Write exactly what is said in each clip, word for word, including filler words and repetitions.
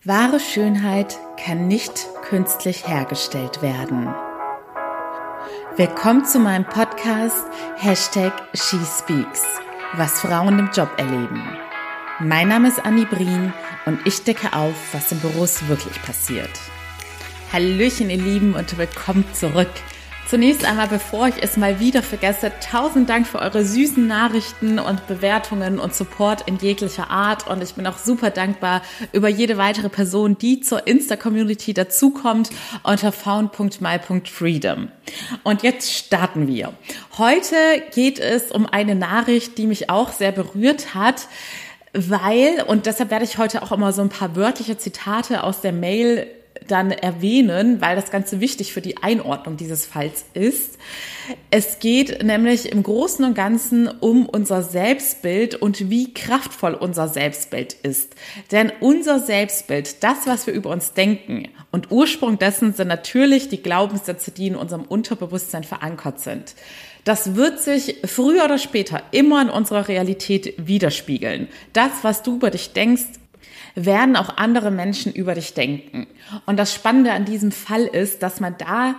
Wahre Schönheit kann nicht künstlich hergestellt werden. Willkommen zu meinem Podcast Hashtag SheSpeaks, was Frauen im Job erleben. Mein Name ist Anni Brien und ich decke auf, was in Büros wirklich passiert. Hallöchen ihr Lieben und willkommen zurück. Zunächst einmal, bevor ich es mal wieder vergesse, tausend Dank für eure süßen Nachrichten und Bewertungen und Support in jeglicher Art. Und ich bin auch super dankbar über jede weitere Person, die zur Insta-Community dazukommt unter found punkt my punkt freedom. Und jetzt starten wir. Heute geht es um eine Nachricht, die mich auch sehr berührt hat, weil, und deshalb werde ich heute auch immer so ein paar wörtliche Zitate aus der Mail dann erwähnen, weil das Ganze wichtig für die Einordnung dieses Falls ist. Es geht nämlich im Großen und Ganzen um unser Selbstbild und wie kraftvoll unser Selbstbild ist. Denn unser Selbstbild, das, was wir über uns denken, und Ursprung dessen sind natürlich die Glaubenssätze, die in unserem Unterbewusstsein verankert sind. Das wird sich früher oder später immer in unserer Realität widerspiegeln. Das, was du über dich denkst, werden auch andere Menschen über dich denken. Und das Spannende an diesem Fall ist, dass man da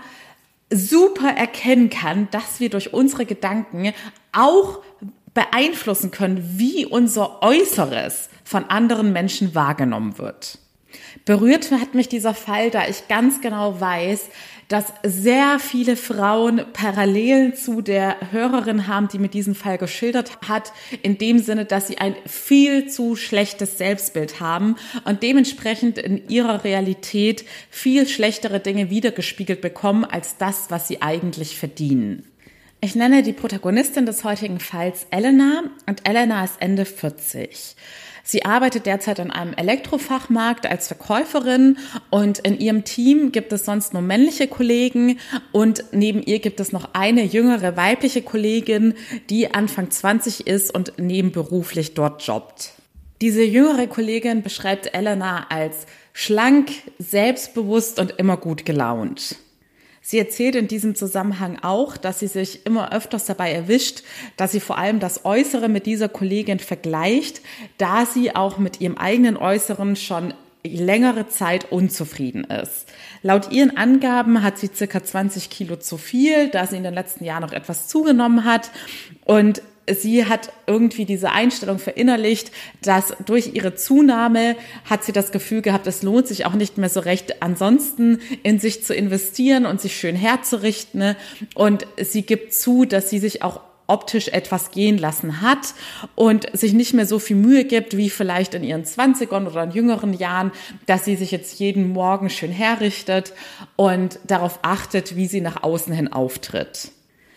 super erkennen kann, dass wir durch unsere Gedanken auch beeinflussen können, wie unser Äußeres von anderen Menschen wahrgenommen wird. Berührt hat mich dieser Fall, da ich ganz genau weiß, dass sehr viele Frauen Parallelen zu der Hörerin haben, die mir diesen Fall geschildert hat, in dem Sinne, dass sie ein viel zu schlechtes Selbstbild haben und dementsprechend in ihrer Realität viel schlechtere Dinge wiedergespiegelt bekommen als das, was sie eigentlich verdienen. Ich nenne die Protagonistin des heutigen Falls Elena und Elena ist Ende vierzig. Sie arbeitet derzeit an einem Elektrofachmarkt als Verkäuferin und in ihrem Team gibt es sonst nur männliche Kollegen und neben ihr gibt es noch eine jüngere weibliche Kollegin, die Anfang zwanzig ist und nebenberuflich dort jobbt. Diese jüngere Kollegin beschreibt Elena als schlank, selbstbewusst und immer gut gelaunt. Sie erzählt in diesem Zusammenhang auch, dass sie sich immer öfters dabei erwischt, dass sie vor allem das Äußere mit dieser Kollegin vergleicht, da sie auch mit ihrem eigenen Äußeren schon längere Zeit unzufrieden ist. Laut ihren Angaben hat sie circa zwanzig Kilo zu viel, da sie in den letzten Jahren noch etwas zugenommen hat und sie hat irgendwie diese Einstellung verinnerlicht, dass durch ihre Zunahme hat sie das Gefühl gehabt, es lohnt sich auch nicht mehr so recht, ansonsten in sich zu investieren und sich schön herzurichten. Und sie gibt zu, dass sie sich auch optisch etwas gehen lassen hat und sich nicht mehr so viel Mühe gibt, wie vielleicht in ihren zwanzigern oder in jüngeren Jahren, dass sie sich jetzt jeden Morgen schön herrichtet und darauf achtet, wie sie nach außen hin auftritt.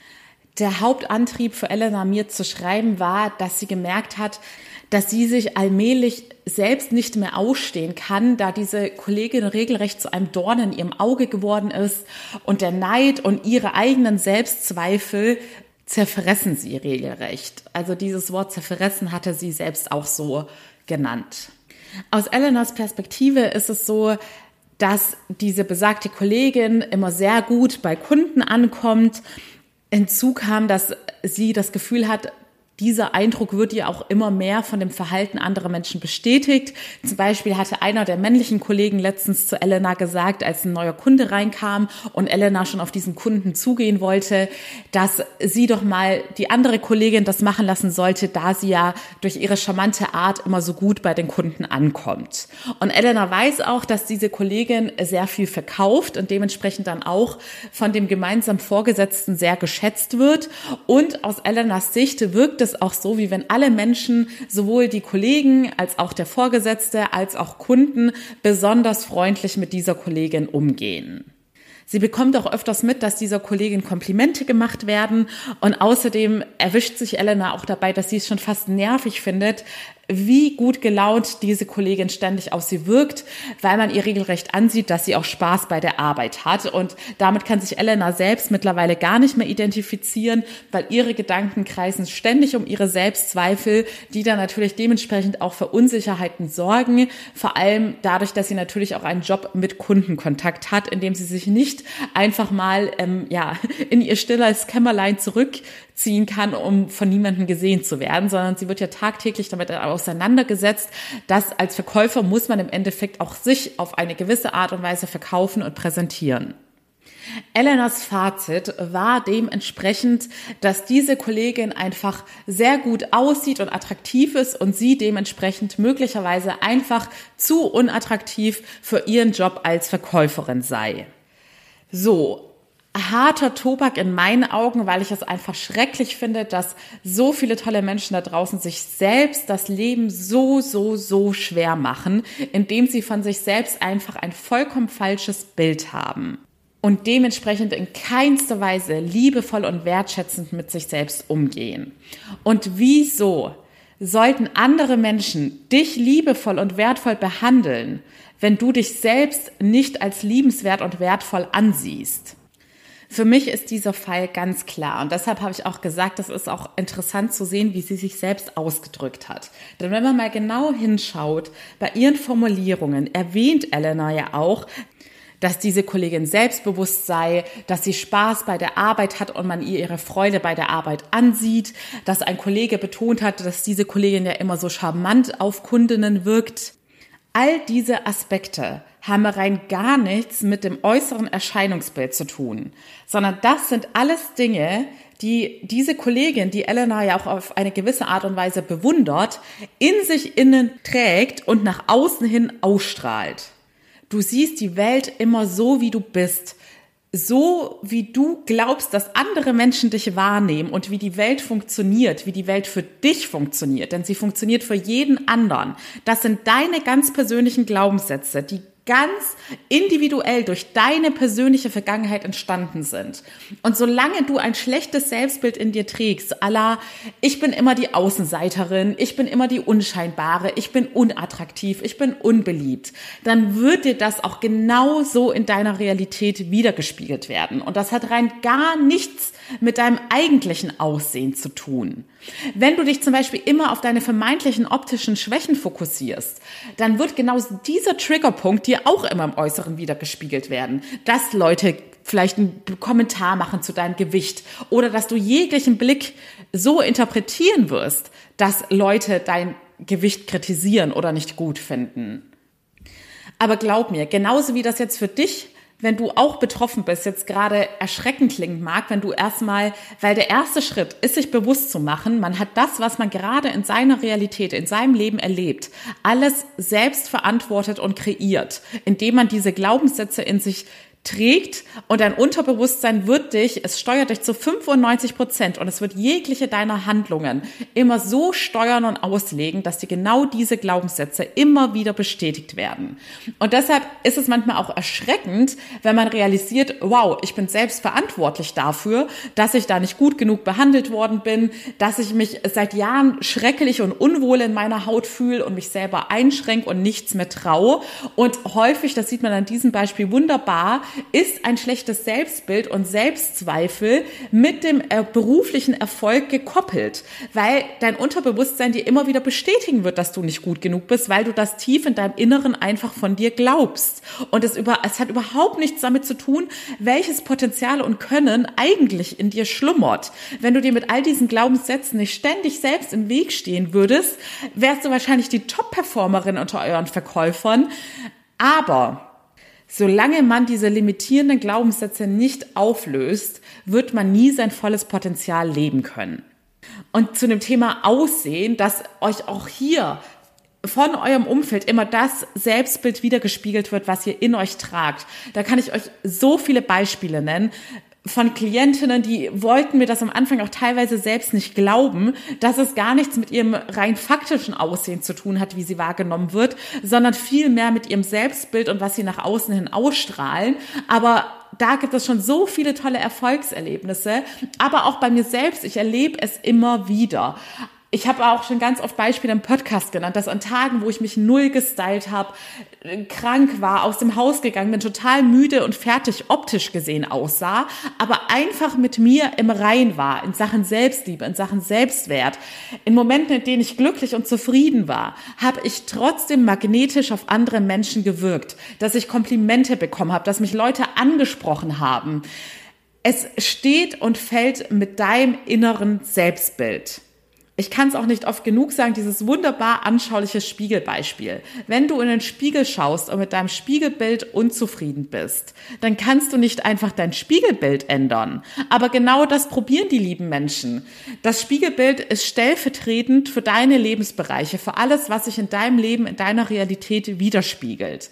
Der Hauptantrieb für Elena mir zu schreiben war, dass sie gemerkt hat, dass sie sich allmählich selbst nicht mehr ausstehen kann, da diese Kollegin regelrecht zu einem Dorn in ihrem Auge geworden ist und der Neid und ihre eigenen Selbstzweifel zerfressen sie regelrecht. Also dieses Wort zerfressen hatte sie selbst auch so genannt. Aus Elenas Perspektive ist es so, dass diese besagte Kollegin immer sehr gut bei Kunden ankommt. Hinzu kam, dass sie das Gefühl hat, dieser Eindruck wird ihr auch immer mehr von dem Verhalten anderer Menschen bestätigt. Zum Beispiel hatte einer der männlichen Kollegen letztens zu Elena gesagt, als ein neuer Kunde reinkam und Elena schon auf diesen Kunden zugehen wollte, dass sie doch mal die andere Kollegin das machen lassen sollte, da sie ja durch ihre charmante Art immer so gut bei den Kunden ankommt. Und Elena weiß auch, dass diese Kollegin sehr viel verkauft und dementsprechend dann auch von dem gemeinsamen Vorgesetzten sehr geschätzt wird. Und aus Elenas Sicht wirkt es auch so, wie wenn alle Menschen, sowohl die Kollegen als auch der Vorgesetzte, als auch Kunden, besonders freundlich mit dieser Kollegin umgehen. Sie bekommt auch öfters mit, dass dieser Kollegin Komplimente gemacht werden und außerdem erwischt sich Elena auch dabei, dass sie es schon fast nervig findet, wie gut gelaunt diese Kollegin ständig auf sie wirkt, weil man ihr regelrecht ansieht, dass sie auch Spaß bei der Arbeit hat. Und damit kann sich Elena selbst mittlerweile gar nicht mehr identifizieren, weil ihre Gedanken kreisen ständig um ihre Selbstzweifel, die dann natürlich dementsprechend auch für Unsicherheiten sorgen, vor allem dadurch, dass sie natürlich auch einen Job mit Kundenkontakt hat, in dem sie sich nicht nicht einfach mal ähm, ja in ihr stilles Kämmerlein zurückziehen kann, um von niemandem gesehen zu werden, sondern sie wird ja tagtäglich damit auseinandergesetzt, dass als Verkäufer muss man im Endeffekt auch sich auf eine gewisse Art und Weise verkaufen und präsentieren. Elenas Fazit war dementsprechend, dass diese Kollegin einfach sehr gut aussieht und attraktiv ist und sie dementsprechend möglicherweise einfach zu unattraktiv für ihren Job als Verkäuferin sei. So, harter Tobak in meinen Augen, weil ich es einfach schrecklich finde, dass so viele tolle Menschen da draußen sich selbst das Leben so, so, so schwer machen, indem sie von sich selbst einfach ein vollkommen falsches Bild haben. Und dementsprechend in keinster Weise liebevoll und wertschätzend mit sich selbst umgehen. Und wieso sollten andere Menschen dich liebevoll und wertvoll behandeln, wenn du dich selbst nicht als liebenswert und wertvoll ansiehst? Für mich ist dieser Fall ganz klar und deshalb habe ich auch gesagt, das ist auch interessant zu sehen, wie sie sich selbst ausgedrückt hat. Denn wenn man mal genau hinschaut, bei ihren Formulierungen erwähnt Elena ja auch, dass diese Kollegin selbstbewusst sei, dass sie Spaß bei der Arbeit hat und man ihr ihre Freude bei der Arbeit ansieht, dass ein Kollege betont hat, dass diese Kollegin ja immer so charmant auf Kundinnen wirkt. All diese Aspekte haben rein gar nichts mit dem äußeren Erscheinungsbild zu tun, sondern das sind alles Dinge, die diese Kollegin, die Elena ja auch auf eine gewisse Art und Weise bewundert, in sich innen trägt und nach außen hin ausstrahlt. Du siehst die Welt immer so, wie du bist, so wie du glaubst, dass andere Menschen dich wahrnehmen und wie die Welt funktioniert, wie die Welt für dich funktioniert, denn sie funktioniert für jeden anderen. Das sind deine ganz persönlichen Glaubenssätze, die ganz individuell durch deine persönliche Vergangenheit entstanden sind. Und solange du ein schlechtes Selbstbild in dir trägst, à la, ich bin immer die Außenseiterin, ich bin immer die Unscheinbare, ich bin unattraktiv, ich bin unbeliebt, dann wird dir das auch genau so in deiner Realität wiedergespiegelt werden. Und das hat rein gar nichts mit deinem eigentlichen Aussehen zu tun. Wenn du dich zum Beispiel immer auf deine vermeintlichen optischen Schwächen fokussierst, dann wird genau dieser Triggerpunkt dir auch immer im Äußeren wiedergespiegelt werden, dass Leute vielleicht einen Kommentar machen zu deinem Gewicht oder dass du jeglichen Blick so interpretieren wirst, dass Leute dein Gewicht kritisieren oder nicht gut finden. Aber glaub mir, genauso wie das jetzt für dich, wenn du auch betroffen bist, jetzt gerade erschreckend klingen mag, wenn du erstmal, weil der erste Schritt ist, sich bewusst zu machen, man hat das, was man gerade in seiner Realität, in seinem Leben erlebt, alles selbst verantwortet und kreiert, indem man diese Glaubenssätze in sich trägt und dein Unterbewusstsein wird dich, es steuert dich zu fünfundneunzig Prozent und es wird jegliche deiner Handlungen immer so steuern und auslegen, dass dir genau diese Glaubenssätze immer wieder bestätigt werden. Und deshalb ist es manchmal auch erschreckend, wenn man realisiert, wow, ich bin selbst verantwortlich dafür, dass ich da nicht gut genug behandelt worden bin, dass ich mich seit Jahren schrecklich und unwohl in meiner Haut fühle und mich selber einschränke und nichts mehr traue. Und häufig, das sieht man an diesem Beispiel wunderbar, ist ein schlechtes Selbstbild und Selbstzweifel mit dem beruflichen Erfolg gekoppelt, weil dein Unterbewusstsein dir immer wieder bestätigen wird, dass du nicht gut genug bist, weil du das tief in deinem Inneren einfach von dir glaubst. Und es, über, es hat überhaupt nichts damit zu tun, welches Potenzial und Können eigentlich in dir schlummert. Wenn du dir mit all diesen Glaubenssätzen nicht ständig selbst im Weg stehen würdest, wärst du wahrscheinlich die Top-Performerin unter euren Verkäufern. Aber solange man diese limitierenden Glaubenssätze nicht auflöst, wird man nie sein volles Potenzial leben können. Und zu dem Thema Aussehen, dass euch auch hier von eurem Umfeld immer das Selbstbild wiedergespiegelt wird, was ihr in euch tragt. Da kann ich euch so viele Beispiele nennen von Klientinnen, die wollten mir das am Anfang auch teilweise selbst nicht glauben, dass es gar nichts mit ihrem rein faktischen Aussehen zu tun hat, wie sie wahrgenommen wird, sondern viel mehr mit ihrem Selbstbild und was sie nach außen hin ausstrahlen. Aber da gibt es schon so viele tolle Erfolgserlebnisse, aber auch bei mir selbst, ich erlebe es immer wieder. Ich habe auch schon ganz oft Beispiele im Podcast genannt, dass an Tagen, wo ich mich null gestylt habe, krank war, aus dem Haus gegangen bin, total müde und fertig optisch gesehen aussah, aber einfach mit mir im Rein war, in Sachen Selbstliebe, in Sachen Selbstwert. In Momenten, in denen ich glücklich und zufrieden war, habe ich trotzdem magnetisch auf andere Menschen gewirkt, dass ich Komplimente bekommen habe, dass mich Leute angesprochen haben. Es steht und fällt mit deinem inneren Selbstbild. Ich kann es auch nicht oft genug sagen, dieses wunderbar anschauliche Spiegelbeispiel. Wenn du in den Spiegel schaust und mit deinem Spiegelbild unzufrieden bist, dann kannst du nicht einfach dein Spiegelbild ändern. Aber genau das probieren die lieben Menschen. Das Spiegelbild ist stellvertretend für deine Lebensbereiche, für alles, was sich in deinem Leben, in deiner Realität widerspiegelt.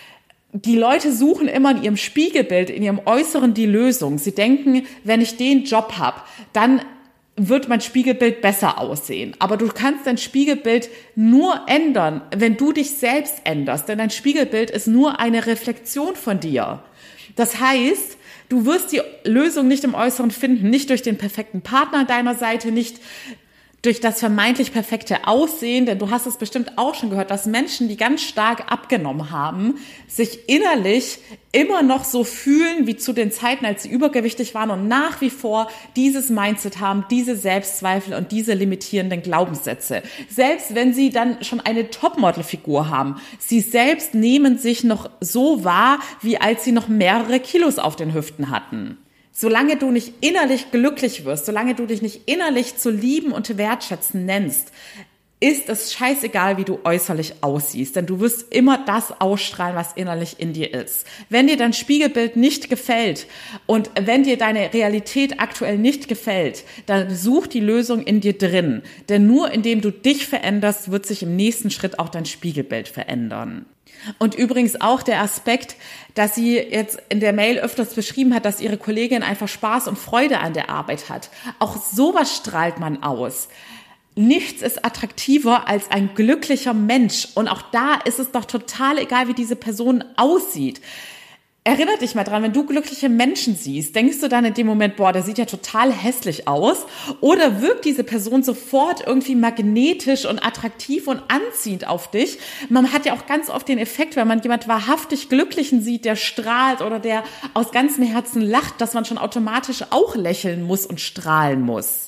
Die Leute suchen immer in ihrem Spiegelbild, in ihrem Äußeren die Lösung. Sie denken, wenn ich den Job habe, dann wird mein Spiegelbild besser aussehen. Aber du kannst dein Spiegelbild nur ändern, wenn du dich selbst änderst. Denn dein Spiegelbild ist nur eine Reflexion von dir. Das heißt, du wirst die Lösung nicht im Äußeren finden, nicht durch den perfekten Partner an deiner Seite, nicht durch das vermeintlich perfekte Aussehen, denn du hast es bestimmt auch schon gehört, dass Menschen, die ganz stark abgenommen haben, sich innerlich immer noch so fühlen wie zu den Zeiten, als sie übergewichtig waren und nach wie vor dieses Mindset haben, diese Selbstzweifel und diese limitierenden Glaubenssätze. Selbst wenn sie dann schon eine Topmodelfigur haben, sie selbst nehmen sich noch so wahr, wie als sie noch mehrere Kilos auf den Hüften hatten. Solange du nicht innerlich glücklich wirst, solange du dich nicht innerlich zu lieben und wertschätzen nennst, ist es scheißegal, wie du äußerlich aussiehst, denn du wirst immer das ausstrahlen, was innerlich in dir ist. Wenn dir dein Spiegelbild nicht gefällt und wenn dir deine Realität aktuell nicht gefällt, dann such die Lösung in dir drin, denn nur indem du dich veränderst, wird sich im nächsten Schritt auch dein Spiegelbild verändern. Und übrigens auch der Aspekt, dass sie jetzt in der Mail öfters beschrieben hat, dass ihre Kollegin einfach Spaß und Freude an der Arbeit hat. Auch sowas strahlt man aus. Nichts ist attraktiver als ein glücklicher Mensch. Und auch da ist es doch total egal, wie diese Person aussieht. Erinner dich mal dran, wenn du glückliche Menschen siehst, denkst du dann in dem Moment, boah, der sieht ja total hässlich aus? Oder wirkt diese Person sofort irgendwie magnetisch und attraktiv und anziehend auf dich? Man hat ja auch ganz oft den Effekt, wenn man jemand wahrhaftig Glücklichen sieht, der strahlt oder der aus ganzem Herzen lacht, dass man schon automatisch auch lächeln muss und strahlen muss.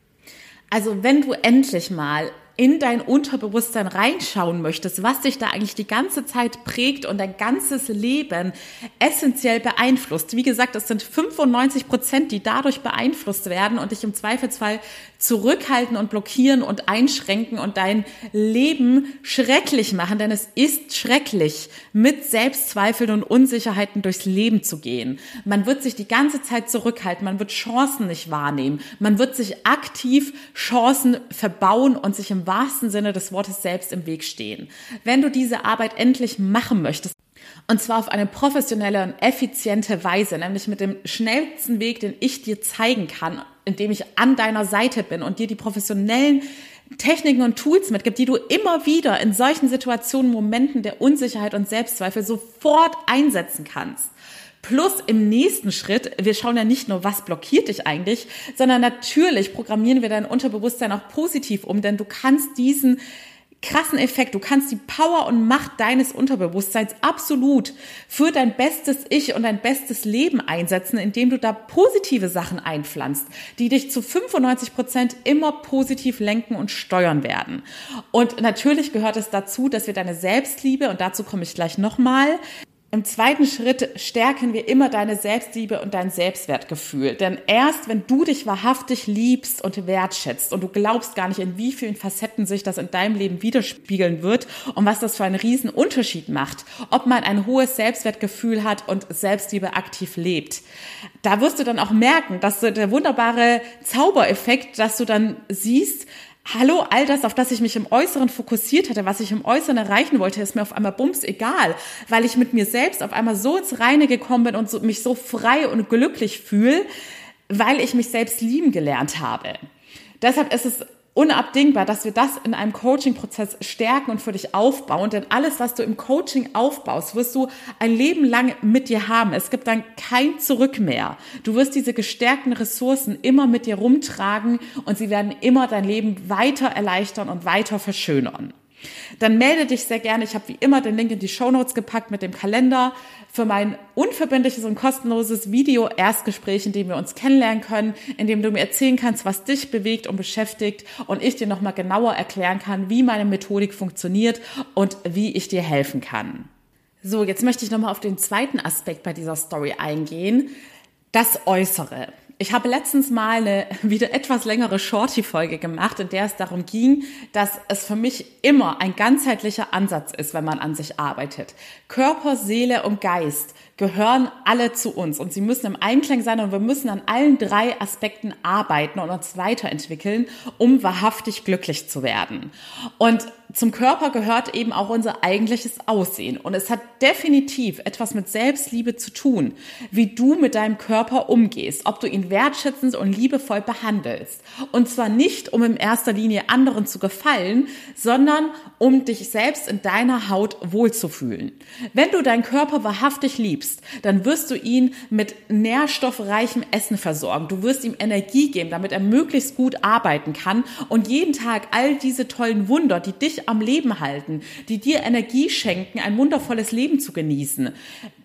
Also wenn du endlich mal in dein Unterbewusstsein reinschauen möchtest, was dich da eigentlich die ganze Zeit prägt und dein ganzes Leben essentiell beeinflusst. Wie gesagt, es sind fünfundneunzig Prozent, die dadurch beeinflusst werden und dich im Zweifelsfall zurückhalten und blockieren und einschränken und dein Leben schrecklich machen, denn es ist schrecklich, mit Selbstzweifeln und Unsicherheiten durchs Leben zu gehen. Man wird sich die ganze Zeit zurückhalten, man wird Chancen nicht wahrnehmen, man wird sich aktiv Chancen verbauen und sich im wahrsten Sinne des Wortes selbst im Weg stehen. Wenn du diese Arbeit endlich machen möchtest, und zwar auf eine professionelle und effiziente Weise, nämlich mit dem schnellsten Weg, den ich dir zeigen kann, indem ich an deiner Seite bin und dir die professionellen Techniken und Tools mitgebe, die du immer wieder in solchen Situationen, Momenten der Unsicherheit und Selbstzweifel sofort einsetzen kannst. Plus im nächsten Schritt, wir schauen ja nicht nur, was blockiert dich eigentlich, sondern natürlich programmieren wir dein Unterbewusstsein auch positiv um, denn du kannst diesen krassen Effekt, du kannst die Power und Macht deines Unterbewusstseins absolut für dein bestes Ich und dein bestes Leben einsetzen, indem du da positive Sachen einpflanzt, die dich zu fünfundneunzig Prozent immer positiv lenken und steuern werden. Und natürlich gehört es dazu, dass wir deine Selbstliebe, und dazu komme ich gleich nochmal, im zweiten Schritt stärken wir immer deine Selbstliebe und dein Selbstwertgefühl. Denn erst wenn du dich wahrhaftig liebst und wertschätzt und du glaubst gar nicht, in wie vielen Facetten sich das in deinem Leben widerspiegeln wird und was das für einen riesen Unterschied macht, ob man ein hohes Selbstwertgefühl hat und Selbstliebe aktiv lebt. Da wirst du dann auch merken, dass der wunderbare Zaubereffekt, dass du dann siehst, hallo, all das, auf das ich mich im Äußeren fokussiert hatte, was ich im Äußeren erreichen wollte, ist mir auf einmal bums egal, weil ich mit mir selbst auf einmal so ins Reine gekommen bin und so, mich so frei und glücklich fühle, weil ich mich selbst lieben gelernt habe. Deshalb ist es unabdingbar, dass wir das in einem Coaching-Prozess stärken und für dich aufbauen, denn alles, was du im Coaching aufbaust, wirst du ein Leben lang mit dir haben. Es gibt dann kein Zurück mehr. Du wirst diese gestärkten Ressourcen immer mit dir rumtragen und sie werden immer dein Leben weiter erleichtern und weiter verschönern. Dann melde dich sehr gerne. Ich habe wie immer den Link in die Shownotes gepackt mit dem Kalender für mein unverbindliches und kostenloses Video-Erstgespräch, in dem wir uns kennenlernen können, in dem du mir erzählen kannst, was dich bewegt und beschäftigt und ich dir nochmal genauer erklären kann, wie meine Methodik funktioniert und wie ich dir helfen kann. So, jetzt möchte ich nochmal auf den zweiten Aspekt bei dieser Story eingehen, das Äußere. Ich habe letztens mal eine wieder etwas längere Shorty-Folge gemacht, in der es darum ging, dass es für mich immer ein ganzheitlicher Ansatz ist, wenn man an sich arbeitet. Körper, Seele und Geist gehören alle zu uns und sie müssen im Einklang sein und wir müssen an allen drei Aspekten arbeiten und uns weiterentwickeln, um wahrhaftig glücklich zu werden. Und zum Körper gehört eben auch unser eigentliches Aussehen und es hat definitiv etwas mit Selbstliebe zu tun, wie du mit deinem Körper umgehst, ob du ihn wertschätzend und liebevoll behandelst. Und zwar nicht, um in erster Linie anderen zu gefallen, sondern um dich selbst in deiner Haut wohlzufühlen. Wenn du deinen Körper wahrhaftig liebst, dann wirst du ihn mit nährstoffreichem Essen versorgen. Du wirst ihm Energie geben, damit er möglichst gut arbeiten kann und jeden Tag all diese tollen Wunder, die dich am Leben halten, die dir Energie schenken, ein wundervolles Leben zu genießen.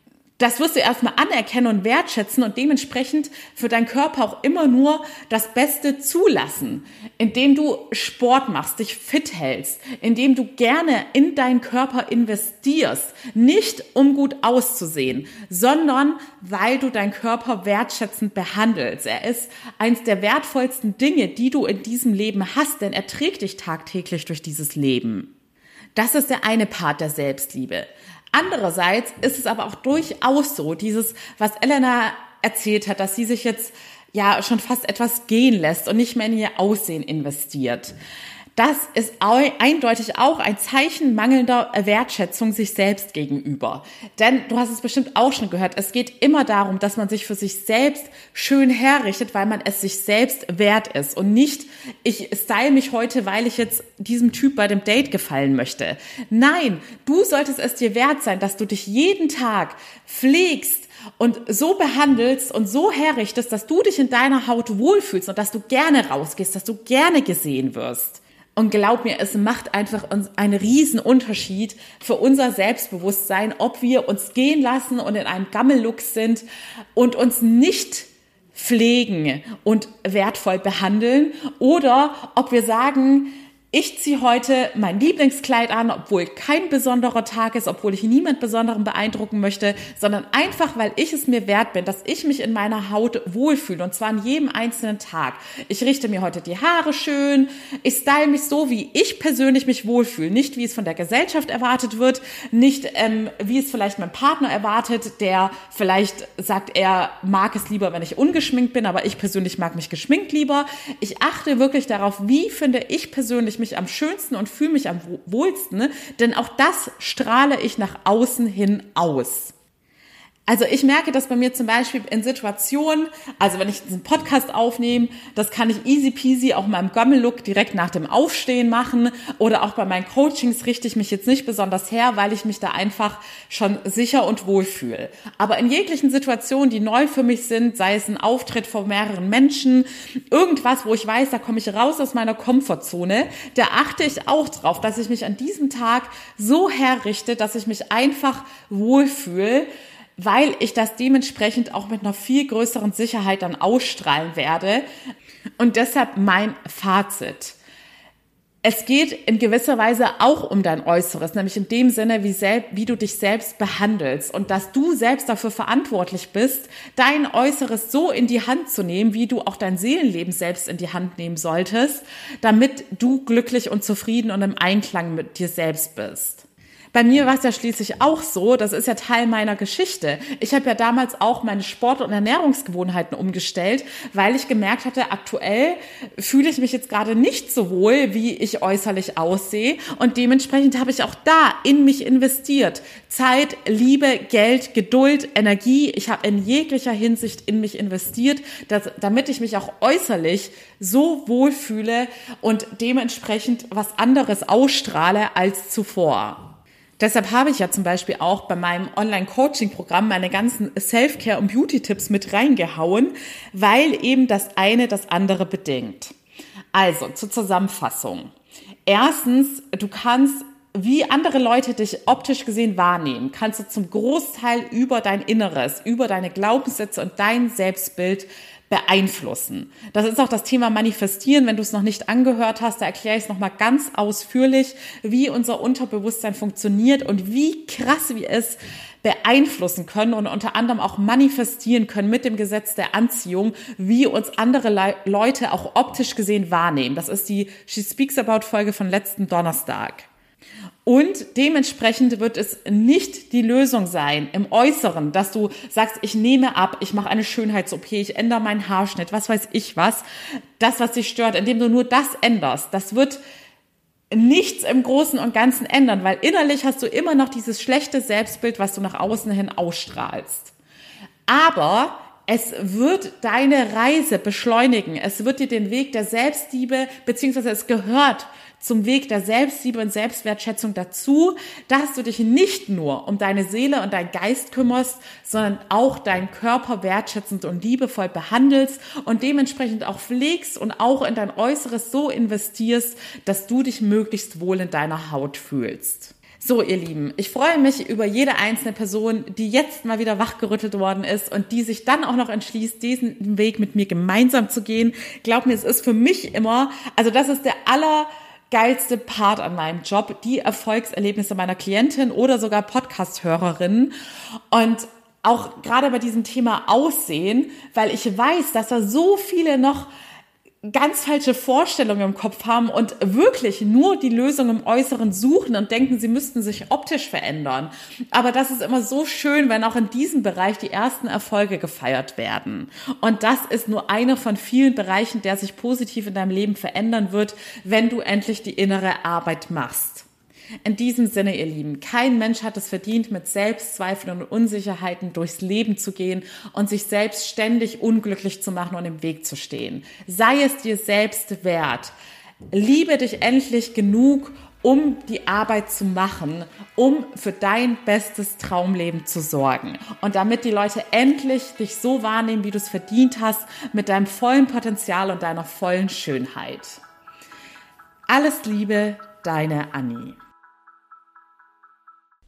Das wirst du erstmal anerkennen und wertschätzen und dementsprechend für deinen Körper auch immer nur das Beste zulassen, indem du Sport machst, dich fit hältst, indem du gerne in deinen Körper investierst, nicht um gut auszusehen, sondern weil du deinen Körper wertschätzend behandelst. Er ist eins der wertvollsten Dinge, die du in diesem Leben hast, denn er trägt dich tagtäglich durch dieses Leben. Das ist der eine Part der Selbstliebe. Andererseits ist es aber auch durchaus so, dieses, was Elena erzählt hat, dass sie sich jetzt ja schon fast etwas gehen lässt und nicht mehr in ihr Aussehen investiert. Das ist eindeutig auch ein Zeichen mangelnder Wertschätzung sich selbst gegenüber. Denn du hast es bestimmt auch schon gehört, es geht immer darum, dass man sich für sich selbst schön herrichtet, weil man es sich selbst wert ist und nicht, ich style mich heute, weil ich jetzt diesem Typ bei dem Date gefallen möchte. Nein, du solltest es dir wert sein, dass du dich jeden Tag pflegst und so behandelst und so herrichtest, dass du dich in deiner Haut wohlfühlst und dass du gerne rausgehst, dass du gerne gesehen wirst. Und glaub mir, es macht einfach einen riesen Unterschied für unser Selbstbewusstsein, ob wir uns gehen lassen und in einem Gammellook sind und uns nicht pflegen und wertvoll behandeln oder ob wir sagen, ich ziehe heute mein Lieblingskleid an, obwohl kein besonderer Tag ist, obwohl ich niemand Besonderen beeindrucken möchte, sondern einfach, weil ich es mir wert bin, dass ich mich in meiner Haut wohlfühle und zwar an jedem einzelnen Tag. Ich richte mir heute die Haare schön, ich style mich so, wie ich persönlich mich wohlfühle, nicht wie es von der Gesellschaft erwartet wird, nicht ähm, wie es vielleicht mein Partner erwartet, der vielleicht sagt, er mag es lieber, wenn ich ungeschminkt bin, aber ich persönlich mag mich geschminkt lieber. Ich achte wirklich darauf, wie finde ich persönlich mich am schönsten und fühle mich am wohlsten, denn auch das strahle ich nach außen hin aus. Also ich merke das bei mir zum Beispiel in Situationen, also wenn ich diesen Podcast aufnehme, das kann ich easy peasy auch mal im Gammellook direkt nach dem Aufstehen machen oder auch bei meinen Coachings richte ich mich jetzt nicht besonders her, weil ich mich da einfach schon sicher und wohl fühle. Aber in jeglichen Situationen, die neu für mich sind, sei es ein Auftritt vor mehreren Menschen, irgendwas, wo ich weiß, da komme ich raus aus meiner Komfortzone, da achte ich auch drauf, dass ich mich an diesem Tag so herrichte, dass ich mich einfach wohlfühle, weil ich das dementsprechend auch mit einer viel größeren Sicherheit dann ausstrahlen werde. Und deshalb mein Fazit. Es geht in gewisser Weise auch um dein Äußeres, nämlich in dem Sinne, wie, sel- wie du dich selbst behandelst und dass du selbst dafür verantwortlich bist, dein Äußeres so in die Hand zu nehmen, wie du auch dein Seelenleben selbst in die Hand nehmen solltest, damit du glücklich und zufrieden und im Einklang mit dir selbst bist. Bei mir war es ja schließlich auch so, das ist ja Teil meiner Geschichte. Ich habe ja damals auch meine Sport- und Ernährungsgewohnheiten umgestellt, weil ich gemerkt hatte, aktuell fühle ich mich jetzt gerade nicht so wohl, wie ich äußerlich aussehe. Und dementsprechend habe ich auch da in mich investiert. Zeit, Liebe, Geld, Geduld, Energie. Ich habe in jeglicher Hinsicht in mich investiert, dass, damit ich mich auch äußerlich so wohlfühle und dementsprechend was anderes ausstrahle als zuvor. Deshalb habe ich ja zum Beispiel auch bei meinem Online-Coaching-Programm meine ganzen Self-Care- und Beauty-Tipps mit reingehauen, weil eben das eine das andere bedingt. Also zur Zusammenfassung. Erstens, du kannst, wie andere Leute dich optisch gesehen wahrnehmen, kannst du zum Großteil über dein Inneres, über deine Glaubenssätze und dein Selbstbild beeinflussen. Das ist auch das Thema Manifestieren. Wenn du es noch nicht angehört hast, da erkläre ich es nochmal ganz ausführlich, wie unser Unterbewusstsein funktioniert und wie krass wir es beeinflussen können und unter anderem auch manifestieren können mit dem Gesetz der Anziehung, wie uns andere Le- Leute auch optisch gesehen wahrnehmen. Das ist die She Speaks About Folge von letzten Donnerstag. Und dementsprechend wird es nicht die Lösung sein im Äußeren, dass du sagst, ich nehme ab, ich mache eine Schönheits-O P, ich ändere meinen Haarschnitt, was weiß ich was. Das, was dich stört, indem du nur das änderst, das wird nichts im Großen und Ganzen ändern, weil innerlich hast du immer noch dieses schlechte Selbstbild, was du nach außen hin ausstrahlst. Aber es wird deine Reise beschleunigen. Es wird dir den Weg der Selbstliebe, beziehungsweise es gehört zum Weg der Selbstliebe und Selbstwertschätzung dazu, dass du dich nicht nur um deine Seele und deinen Geist kümmerst, sondern auch deinen Körper wertschätzend und liebevoll behandelst und dementsprechend auch pflegst und auch in dein Äußeres so investierst, dass du dich möglichst wohl in deiner Haut fühlst. So, ihr Lieben, ich freue mich über jede einzelne Person, die jetzt mal wieder wachgerüttelt worden ist und die sich dann auch noch entschließt, diesen Weg mit mir gemeinsam zu gehen. Glaub mir, es ist für mich immer, also das ist der aller geilste Part an meinem Job, die Erfolgserlebnisse meiner Klientin oder sogar Podcast-Hörerinnen. Und auch gerade bei diesem Thema Aussehen, weil ich weiß, dass da so viele noch ganz falsche Vorstellungen im Kopf haben und wirklich nur die Lösung im Äußeren suchen und denken, sie müssten sich optisch verändern. Aber das ist immer so schön, wenn auch in diesem Bereich die ersten Erfolge gefeiert werden. Und das ist nur einer von vielen Bereichen, der sich positiv in deinem Leben verändern wird, wenn du endlich die innere Arbeit machst. In diesem Sinne, ihr Lieben, kein Mensch hat es verdient, mit Selbstzweifeln und Unsicherheiten durchs Leben zu gehen und sich selbst ständig unglücklich zu machen und im Weg zu stehen. Sei es dir selbst wert. Liebe dich endlich genug, um die Arbeit zu machen, um für dein bestes Traumleben zu sorgen. Und damit die Leute endlich dich so wahrnehmen, wie du es verdient hast, mit deinem vollen Potenzial und deiner vollen Schönheit. Alles Liebe, deine Anni.